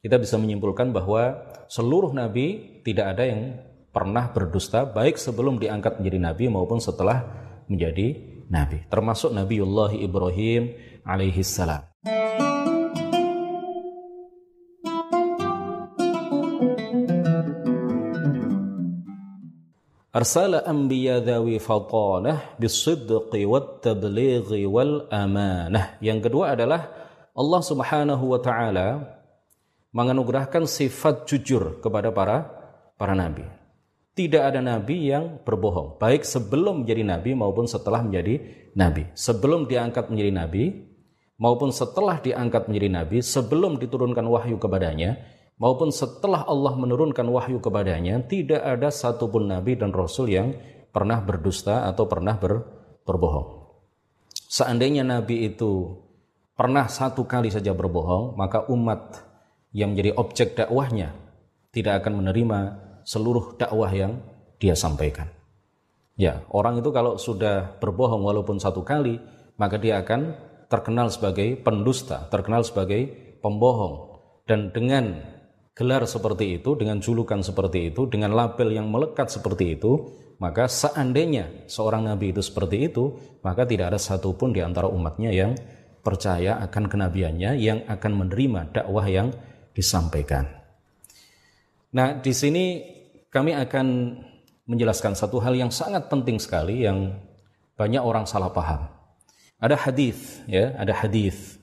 kita bisa menyimpulkan bahwa seluruh nabi tidak ada yang pernah berdusta, baik sebelum diangkat menjadi nabi maupun setelah menjadi nabi, termasuk Nabiullah Ibrahim alaihi salam. Arsala anbiya dhawi fatanah bisidqi wat tablighi wal amanah. Yang kedua adalah Allah Subhanahu wa taala menganugerahkan sifat jujur kepada para nabi. Tidak ada nabi yang berbohong, baik sebelum menjadi nabi maupun setelah menjadi nabi. Sebelum diangkat menjadi nabi maupun setelah diangkat menjadi nabi, sebelum diturunkan wahyu kepadanya maupun setelah Allah menurunkan wahyu kepadanya, tidak ada satupun nabi dan rasul yang pernah berdusta atau pernah berbohong. Seandainya nabi itu pernah satu kali saja berbohong, maka umat yang menjadi objek dakwahnya tidak akan menerima seluruh dakwah yang dia sampaikan. Ya, orang itu kalau sudah berbohong walaupun satu kali, maka dia akan terkenal sebagai pendusta, terkenal sebagai pembohong. Dan dengan gelar seperti itu, dengan julukan seperti itu, dengan label yang melekat seperti itu, maka seandainya seorang nabi itu seperti itu, maka tidak ada satupun di antara umatnya yang percaya akan kenabiannya, yang akan menerima dakwah yang disampaikan. Nah, di sini kami akan menjelaskan satu hal yang sangat penting sekali yang banyak orang salah paham. Ada hadis, ya, ada hadis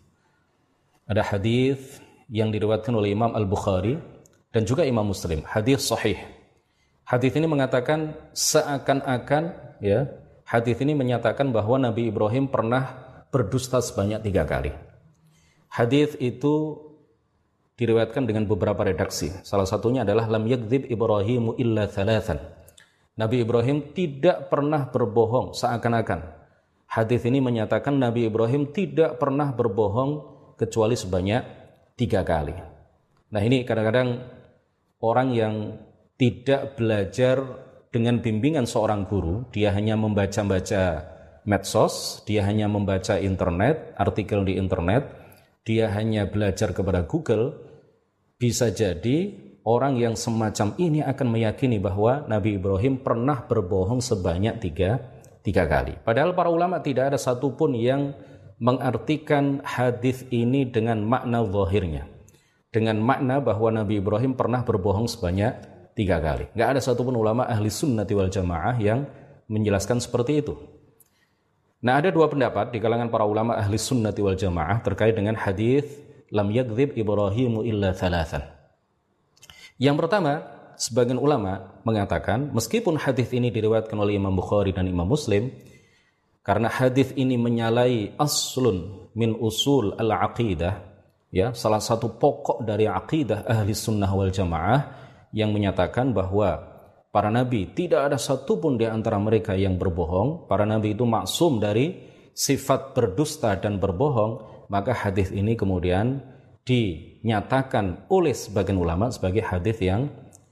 yang diriwayatkan oleh Imam Al-Bukhari dan juga Imam Muslim, hadis sahih. Hadis ini mengatakan seakan-akan, ya, hadis ini menyatakan bahwa Nabi Ibrahim pernah berdusta sebanyak 3 kali. Hadis itu diriwayatkan dengan beberapa redaksi. Salah satunya adalah lam yakdzib Ibrahimu illa thalathan. Nabi Ibrahim tidak pernah berbohong, seakan-akan. Hadis ini menyatakan Nabi Ibrahim tidak pernah berbohong kecuali sebanyak 3 kali. Nah, ini kadang-kadang orang yang tidak belajar dengan bimbingan seorang guru, dia hanya membaca-baca medsos, dia hanya membaca internet, artikel di internet, dia hanya belajar kepada Google. Bisa jadi orang yang semacam ini akan meyakini bahwa Nabi Ibrahim pernah berbohong sebanyak tiga kali. Padahal para ulama tidak ada satupun yang mengartikan hadis ini dengan makna zahirnya, dengan makna bahwa Nabi Ibrahim pernah berbohong sebanyak 3 kali. Nggak ada satupun ulama ahli sunnati wal jamaah yang menjelaskan seperti itu. Nah, ada 2 pendapat di kalangan para ulama ahli sunnati wal jamaah terkait dengan hadis lam yakdzib Ibrahimu illa thalathan. Yang pertama, sebagian ulama mengatakan meskipun hadis ini diriwayatkan oleh Imam Bukhari dan Imam Muslim, karena hadis ini menyalahi aslun min usul al-aqidah, ya, salah satu pokok dari aqidah ahli sunnah wal jamaah yang menyatakan bahwa para nabi tidak ada satupun di antara mereka yang berbohong, para nabi itu maksum dari sifat berdusta dan berbohong, maka hadis ini kemudian dinyatakan oleh sebagian ulama sebagai hadis yang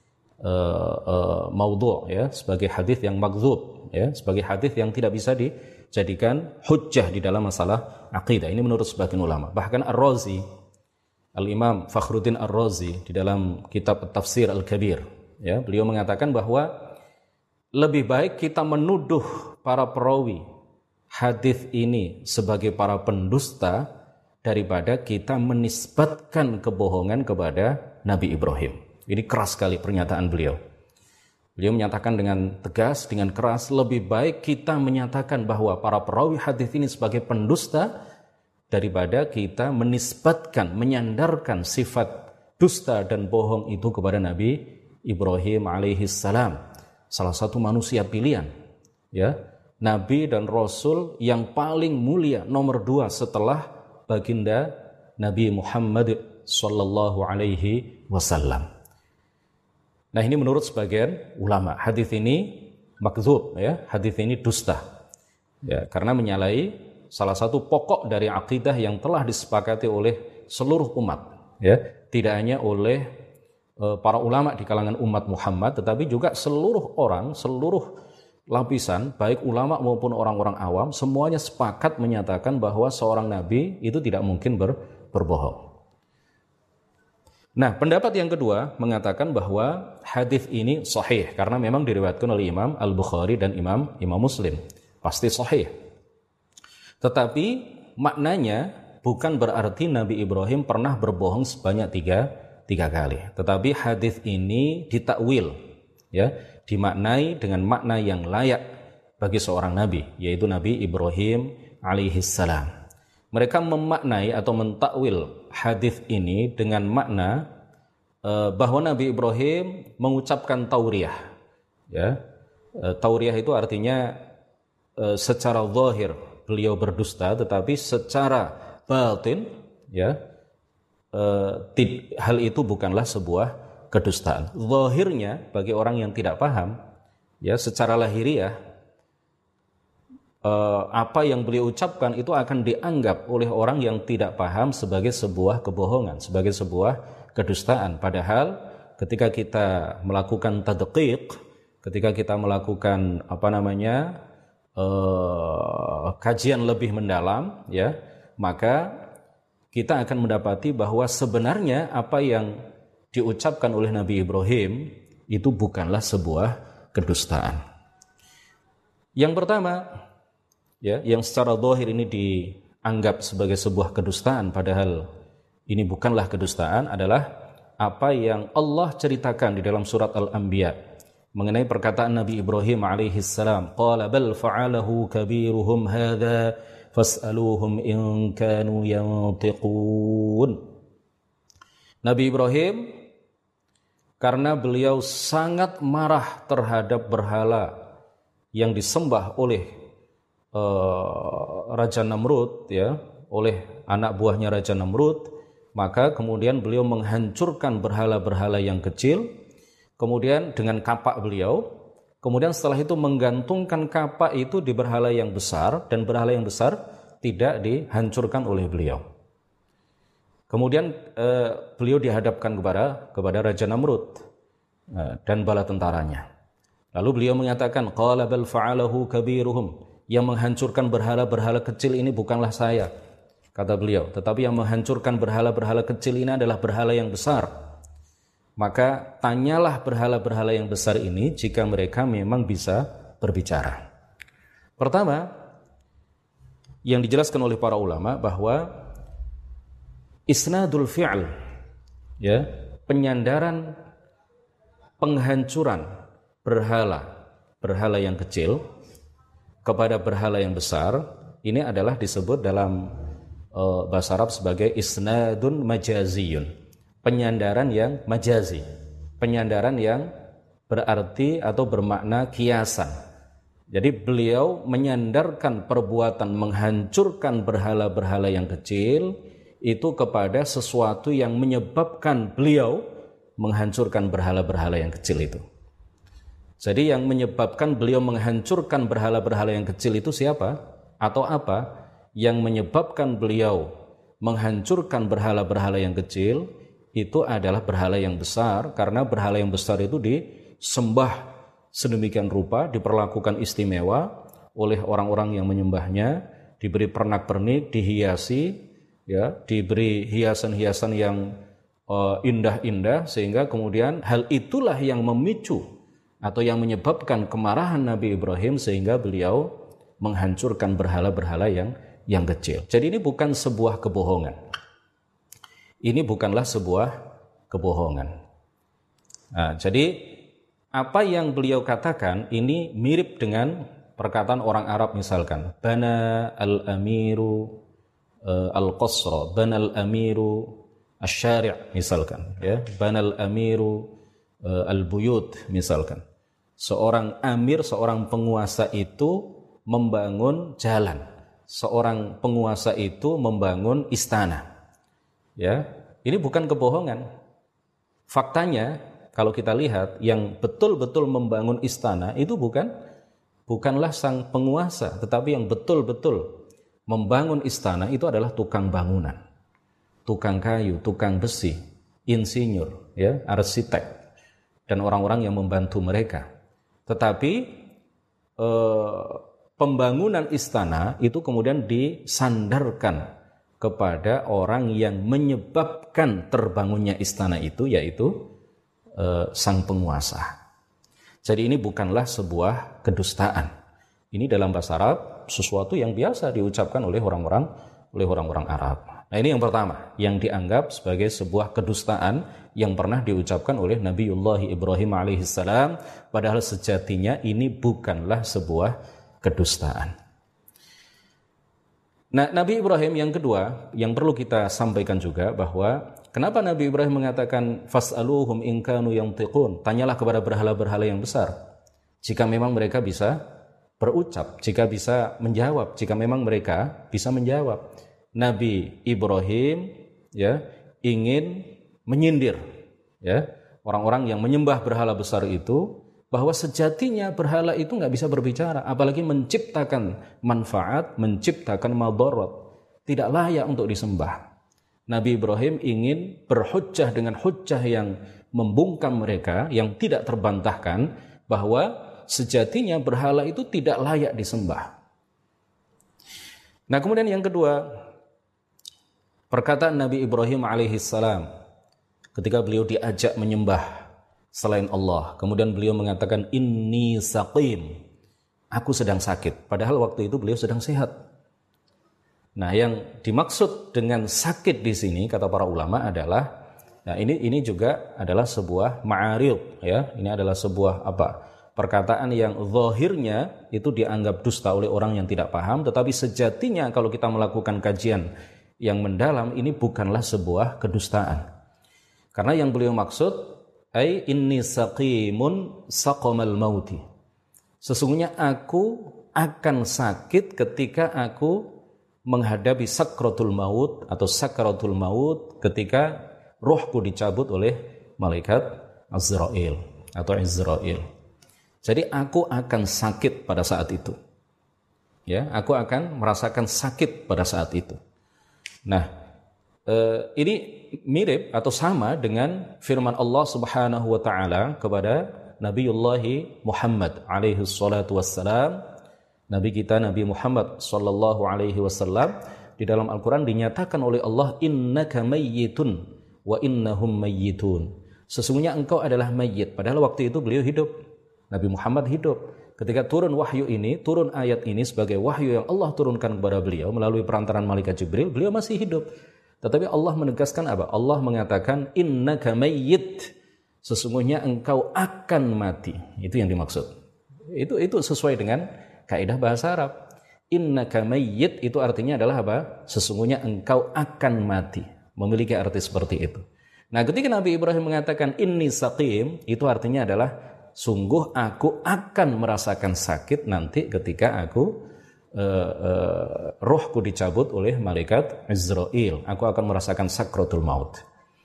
maudhu', ya, sebagai hadis yang magdzub, ya, sebagai hadis yang tidak bisa dijadikan hujjah di dalam masalah akidah. Ini menurut sebagian ulama. Bahkan Ar-Razi, Al-Imam Fakhruddin Ar-Razi di dalam kitab Tafsir Al-Kabir, ya, beliau mengatakan bahwa lebih baik kita menuduh para perawi hadis ini sebagai para pendusta daripada kita menisbatkan kebohongan kepada Nabi Ibrahim. Ini keras sekali pernyataan beliau. Beliau menyatakan dengan tegas, dengan keras, lebih baik kita menyatakan bahwa para perawi hadis ini sebagai pendusta daripada kita menisbatkan, menyandarkan sifat dusta dan bohong itu kepada Nabi Ibrahim alaihissalam, salah satu manusia pilihan, ya, Nabi dan Rasul yang paling mulia, nomor 2 setelah baginda Nabi Muhammad sallallahu alaihi wasallam. Nah, ini menurut sebagian ulama hadis ini makdzub, ya, hadis ini dusta, ya, karena menyalahi salah satu pokok dari akidah yang telah disepakati oleh seluruh umat, ya, tidak hanya oleh para ulama di kalangan umat Muhammad, tetapi juga seluruh orang, seluruh lapisan, baik ulama maupun orang-orang awam, semuanya sepakat menyatakan bahwa seorang nabi itu tidak mungkin berbohong. Nah, pendapat yang kedua mengatakan bahwa hadis ini sahih karena memang diriwayatkan oleh Imam Al-Bukhari dan Imam Muslim. Pasti sahih. Tetapi maknanya bukan berarti Nabi Ibrahim pernah berbohong sebanyak tiga kali. Tetapi hadis ini ditakwil, ya, dimaknai dengan makna yang layak bagi seorang nabi, yaitu Nabi Ibrahim alaihissalam. Mereka memaknai atau mentakwil hadis ini dengan makna bahwa Nabi Ibrahim mengucapkan tauriyah. Ya, tauriyah itu artinya secara zahir beliau berdusta, tetapi secara batin, ya, hal itu bukanlah sebuah kedustaan. Zahirnya bagi orang yang tidak paham, ya, secara lahiriah, apa yang beliau ucapkan itu akan dianggap oleh orang yang tidak paham sebagai sebuah kebohongan, sebagai sebuah kedustaan. Padahal ketika kita melakukan tadqiq, ketika kita melakukan kajian lebih mendalam, ya, maka kita akan mendapati bahwa sebenarnya apa yang diucapkan oleh Nabi Ibrahim itu bukanlah sebuah kedustaan. Yang pertama, ya, yang secara zahir ini dianggap sebagai sebuah kedustaan padahal ini bukanlah kedustaan adalah apa yang Allah ceritakan di dalam surat Al-Anbiya mengenai perkataan Nabi Ibrahim alaihissalam, qala bal fa'alahu kabiruhum hadza fas'aluhum in kanu yantiqun. Nabi Ibrahim karena beliau sangat marah terhadap berhala yang disembah oleh Raja Namrud, ya, oleh anak buahnya Raja Namrud, maka kemudian beliau menghancurkan berhala-berhala yang kecil, kemudian dengan kapak beliau, kemudian setelah itu menggantungkan kapak itu di berhala yang besar, dan berhala yang besar tidak dihancurkan oleh beliau. Kemudian beliau dihadapkan kepada Raja Namrud dan bala tentaranya. Lalu beliau mengatakan, qala bal fa'alahu kabiruhum, yang menghancurkan berhala-berhala kecil ini bukanlah saya, kata beliau, tetapi yang menghancurkan berhala-berhala kecil ini adalah berhala yang besar. Maka tanyalah berhala-berhala yang besar ini jika mereka memang bisa berbicara. Pertama, yang dijelaskan oleh para ulama bahwa isnadul fi'l, ya, penyandaran penghancuran berhala yang kecil kepada berhala yang besar ini adalah disebut dalam bahasa Arab sebagai isnadun majaziyun, penyandaran yang majazi, penyandaran yang berarti atau bermakna kiasan. Jadi beliau menyandarkan perbuatan menghancurkan berhala-berhala yang kecil itu kepada sesuatu yang menyebabkan beliau menghancurkan berhala-berhala yang kecil itu. Jadi yang menyebabkan beliau menghancurkan berhala-berhala yang kecil itu siapa? Atau apa? Yang menyebabkan beliau menghancurkan berhala-berhala yang kecil itu adalah berhala yang besar, karena berhala yang besar itu disembah sedemikian rupa, diperlakukan istimewa oleh orang-orang yang menyembahnya, diberi pernak-pernik, dihiasi, ya, diberi hiasan-hiasan yang indah-indah, sehingga kemudian hal itulah yang memicu atau yang menyebabkan kemarahan Nabi Ibrahim sehingga beliau menghancurkan berhala-berhala yang kecil. Jadi ini bukan sebuah kebohongan. Ini bukanlah sebuah kebohongan. Nah, jadi apa yang beliau katakan ini mirip dengan perkataan orang Arab, misalkan bana al-amiru al-qasra, bana al-amiru asy-syari', misalkan, ya, bana al-amiru al-buyut, misalkan. Seorang amir, seorang penguasa itu membangun jalan. Seorang penguasa itu membangun istana. Ya, ini bukan kebohongan. Faktanya kalau kita lihat yang betul-betul membangun istana itu bukanlah sang penguasa, tetapi yang betul-betul membangun istana itu adalah tukang bangunan, tukang kayu, tukang besi, insinyur, ya, arsitek, dan orang-orang yang membantu mereka. Tetapi pembangunan istana itu kemudian disandarkan kepada orang yang menyebabkan terbangunnya istana itu, yaitu sang penguasa. Jadi ini bukanlah sebuah kedustaan. Ini dalam bahasa Arab sesuatu yang biasa diucapkan oleh orang-orang Arab. Nah, ini yang pertama, yang dianggap sebagai sebuah kedustaan yang pernah diucapkan oleh Nabiullah Ibrahim alaihissalam, padahal sejatinya ini bukanlah sebuah kedustaan. Nah, Nabi Ibrahim yang kedua yang perlu kita sampaikan juga bahwa kenapa Nabi Ibrahim mengatakan fas'aluhum in kanu yantiqun, tanyalah kepada berhala-berhala yang besar jika memang mereka bisa berucap, jika bisa menjawab, jika memang mereka bisa menjawab. Nabi Ibrahim ya ingin menyindir ya orang-orang yang menyembah berhala besar itu, bahwa sejatinya berhala itu nggak bisa berbicara, apalagi menciptakan manfaat, menciptakan madarat, tidak layak untuk disembah. Nabi Ibrahim ingin berhujjah dengan hujjah yang membungkam mereka, yang tidak terbantahkan, bahwa sejatinya berhala itu tidak layak disembah. Nah, kemudian yang kedua, perkataan Nabi Ibrahim alaihissalam ketika beliau diajak menyembah selain Allah, kemudian beliau mengatakan inni saqim, aku sedang sakit, padahal waktu itu beliau sedang sehat. Nah, yang dimaksud dengan sakit di sini kata para ulama adalah, nah ini juga adalah sebuah ma'arid ya, ini adalah sebuah perkataan yang zahirnya itu dianggap dusta oleh orang yang tidak paham, tetapi sejatinya kalau kita melakukan kajian yang mendalam, ini bukanlah sebuah kedustaan. Karena yang beliau maksud, ai inni saqimun saqamal mauti. Sesungguhnya aku akan sakit ketika aku menghadapi sakratul maut atau sakaratul maut, ketika rohku dicabut oleh malaikat Azrail atau Izrail. Jadi aku akan sakit pada saat itu. Ya, aku akan merasakan sakit pada saat itu. Nah, ini mirip atau sama dengan firman Allah Subhanahu wa taala kepada Nabiullah Muhammad alaihi salatu wassalam. Nabi kita Nabi Muhammad sallallahu alaihi wasallam, di dalam Al-Qur'an dinyatakan oleh Allah, innaka mayyitun wa innahum mayyitun. Sesungguhnya engkau adalah mayyit, padahal waktu itu beliau hidup. Nabi Muhammad hidup. Ketika turun wahyu ini, turun ayat ini sebagai wahyu yang Allah turunkan kepada beliau melalui perantaran malaikat Jibril, beliau masih hidup. Tetapi Allah menegaskan apa? Allah mengatakan innaka mayyit, sesungguhnya engkau akan mati. Itu yang dimaksud. Itu sesuai dengan kaidah bahasa Arab. Innaka mayyit itu artinya adalah apa? Sesungguhnya engkau akan mati. Memiliki arti seperti itu. Nah, ketika Nabi Ibrahim mengatakan inni saqim, itu artinya adalah sungguh aku akan merasakan sakit nanti ketika aku rohku dicabut oleh malaikat Izrail. Aku akan merasakan sakratul maut.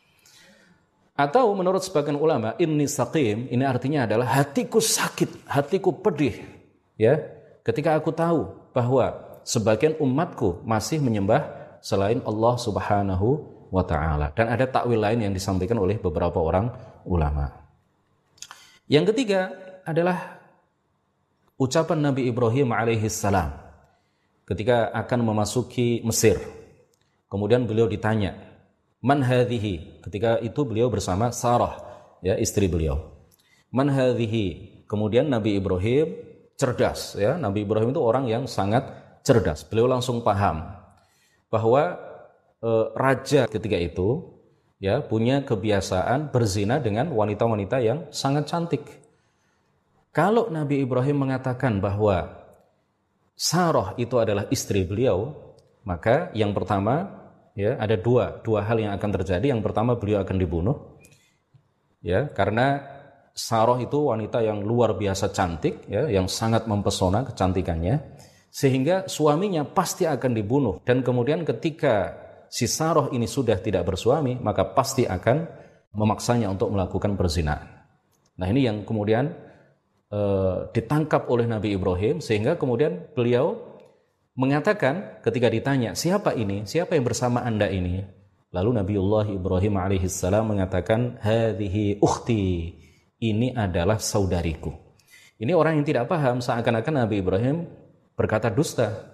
Atau menurut sebagian ulama, inni saqim ini artinya adalah hatiku sakit, hatiku pedih. Ya, ketika aku tahu bahwa sebagian umatku masih menyembah selain Allah Subhanahu wa taala. Dan ada takwil lain yang disampaikan oleh beberapa orang ulama. Yang ketiga adalah ucapan Nabi Ibrahim alaihissalam ketika akan memasuki Mesir. Kemudian beliau ditanya, man hadhihi? Ketika itu beliau bersama Sarah, ya, istri beliau. Man hadhihi? Kemudian Nabi Ibrahim cerdas, ya. Nabi Ibrahim itu orang yang sangat cerdas. Beliau langsung paham bahwa raja ketika itu ya punya kebiasaan berzina dengan wanita-wanita yang sangat cantik. Kalau Nabi Ibrahim mengatakan bahwa Sarah itu adalah istri beliau, maka yang pertama ya ada dua hal yang akan terjadi. Yang pertama, beliau akan dibunuh. Ya, karena Sarah itu wanita yang luar biasa cantik, ya, yang sangat mempesona kecantikannya, sehingga suaminya pasti akan dibunuh. Dan kemudian ketika si Sarah ini sudah tidak bersuami, maka pasti akan memaksanya untuk melakukan perzinahan. Nah, ini yang kemudian ditangkap oleh Nabi Ibrahim, sehingga kemudian beliau mengatakan ketika ditanya, siapa ini? Siapa yang bersama anda ini? Lalu Nabiullah Ibrahim alaihissalam mengatakan, hadhihi ukhti, ini adalah saudariku. Ini orang yang tidak paham, seakan-akan Nabi Ibrahim berkata dusta.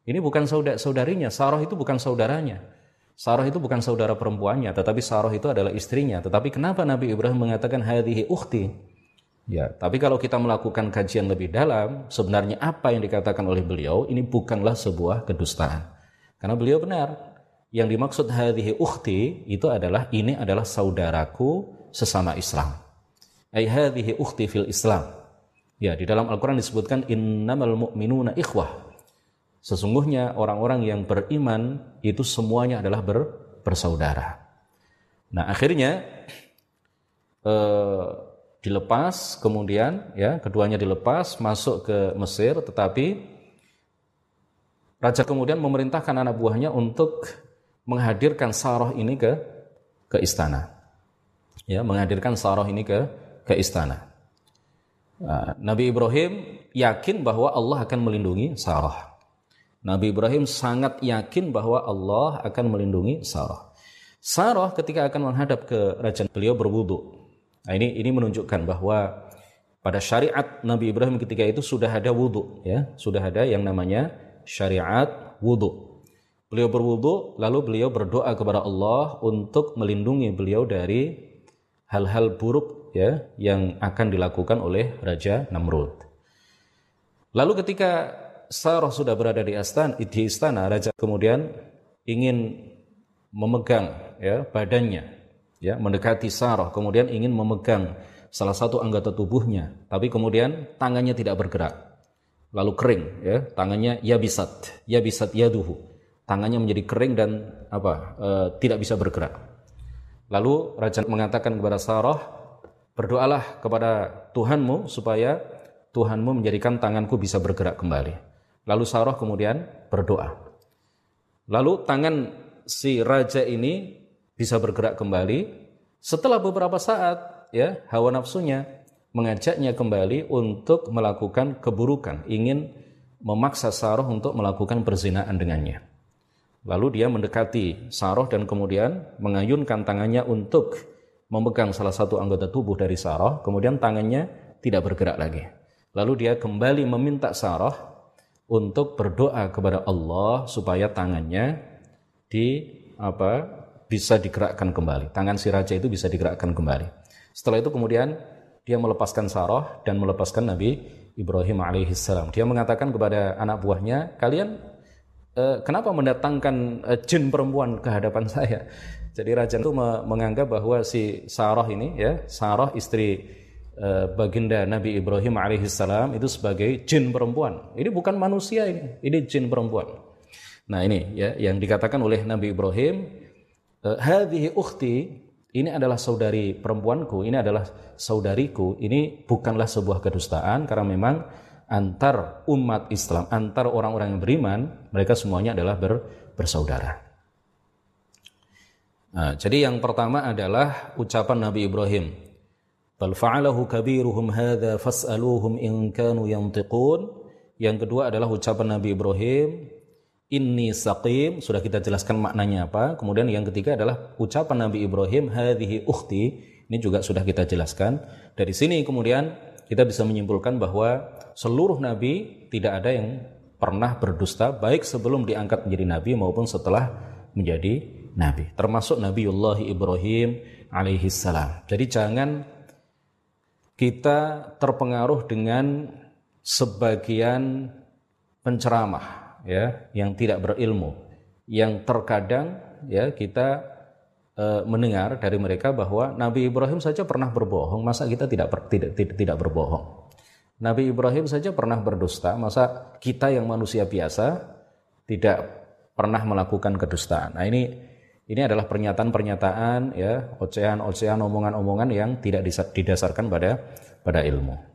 Ini bukan saudarinya, Sarah itu bukan saudaranya. Sarah itu bukan saudara perempuannya, tetapi Sarah itu adalah istrinya. Tetapi kenapa Nabi Ibrahim mengatakan hadhihi ukhti? Ya, tapi kalau kita melakukan kajian lebih dalam, sebenarnya apa yang dikatakan oleh beliau ini bukanlah sebuah kedustaan. Karena beliau benar. Yang dimaksud hadhihi ukhti itu adalah ini adalah saudaraku sesama Islam. Ai hadhihi ukhti fil Islam. Ya, di dalam Al-Qur'an disebutkan innamal mu'minuna ikhwah. Sesungguhnya orang-orang yang beriman itu semuanya adalah bersaudara. Nah, akhirnya dilepas, kemudian ya keduanya dilepas masuk ke Mesir, tetapi raja kemudian memerintahkan anak buahnya untuk menghadirkan Sarah ini ke istana. Ya, menghadirkan Sarah ini ke istana. Nah, Nabi Ibrahim yakin bahwa Allah akan melindungi Sarah. Nabi Ibrahim sangat yakin bahwa Allah akan melindungi Sarah. Sarah ketika akan menghadap ke raja, beliau berwudu. Nah, ini menunjukkan bahwa pada syariat Nabi Ibrahim ketika itu sudah ada wudu, ya, sudah ada yang namanya syariat wudu. Beliau berwudu, lalu beliau berdoa kepada Allah untuk melindungi beliau dari hal-hal buruk, ya, yang akan dilakukan oleh Raja Namrud. Lalu ketika Sarah sudah berada di istana, raja kemudian ingin memegang, ya, badannya, ya, mendekati Sarah, kemudian ingin memegang salah satu anggota tubuhnya, tapi kemudian tangannya tidak bergerak, lalu kering, ya, tangannya yabisat yaduhu, tangannya menjadi kering dan tidak bisa bergerak. Lalu raja mengatakan kepada Sarah, berdoalah kepada Tuhanmu supaya Tuhanmu menjadikan tanganku bisa bergerak kembali. Lalu Sarah kemudian berdoa. Lalu tangan si raja ini bisa bergerak kembali. Setelah beberapa saat, ya, hawa nafsunya mengajaknya kembali untuk melakukan keburukan, ingin memaksa Sarah untuk melakukan perzinahan dengannya. Lalu dia mendekati Sarah dan kemudian mengayunkan tangannya untuk memegang salah satu anggota tubuh dari Sarah, kemudian tangannya tidak bergerak lagi. Lalu dia kembali meminta Sarah untuk berdoa kepada Allah supaya tangannya bisa digerakkan kembali. Tangan si raja itu bisa digerakkan kembali. Setelah itu kemudian dia melepaskan Sarah dan melepaskan Nabi Ibrahim alaihissalam. Dia mengatakan kepada anak buahnya, kalian kenapa mendatangkan jin perempuan ke hadapan saya? Jadi raja itu menganggap bahwa si Sarah ini, ya, Sarah istri baginda Nabi Ibrahim alaihissalam itu sebagai jin perempuan. Ini bukan manusia, ini jin perempuan. Nah, ini, ya, yang dikatakan oleh Nabi Ibrahim, hadhihi ukhti, ini adalah saudari perempuanku, ini adalah saudariku. Ini bukanlah sebuah kedustaan, karena memang antar umat Islam, antar orang-orang yang beriman, mereka semuanya adalah bersaudara. Nah, jadi yang pertama adalah ucapan Nabi Ibrahim, bal fa'alahu kabiruhum hadza fas'aluhum in kanu yantiqun. Yang kedua adalah ucapan Nabi Ibrahim, inni saqim, sudah kita jelaskan maknanya apa. Kemudian yang ketiga adalah ucapan Nabi Ibrahim, hadhihi ukhti, ini juga sudah kita jelaskan. Dari sini kemudian kita bisa menyimpulkan bahwa seluruh nabi tidak ada yang pernah berdusta, baik sebelum diangkat menjadi nabi maupun setelah menjadi nabi, termasuk Nabiullah Ibrahim alaihissalam. Jadi jangan kita terpengaruh dengan sebagian penceramah, ya, yang tidak berilmu, yang terkadang, ya, kita mendengar dari mereka bahwa Nabi Ibrahim saja pernah berbohong, masa kita tidak berbohong? Nabi Ibrahim saja pernah berdusta, masa kita yang manusia biasa tidak pernah melakukan kedustaan? Nah, ini adalah pernyataan-pernyataan, ya, ocehan-ocehan, omongan-omongan yang tidak didasarkan pada ilmu.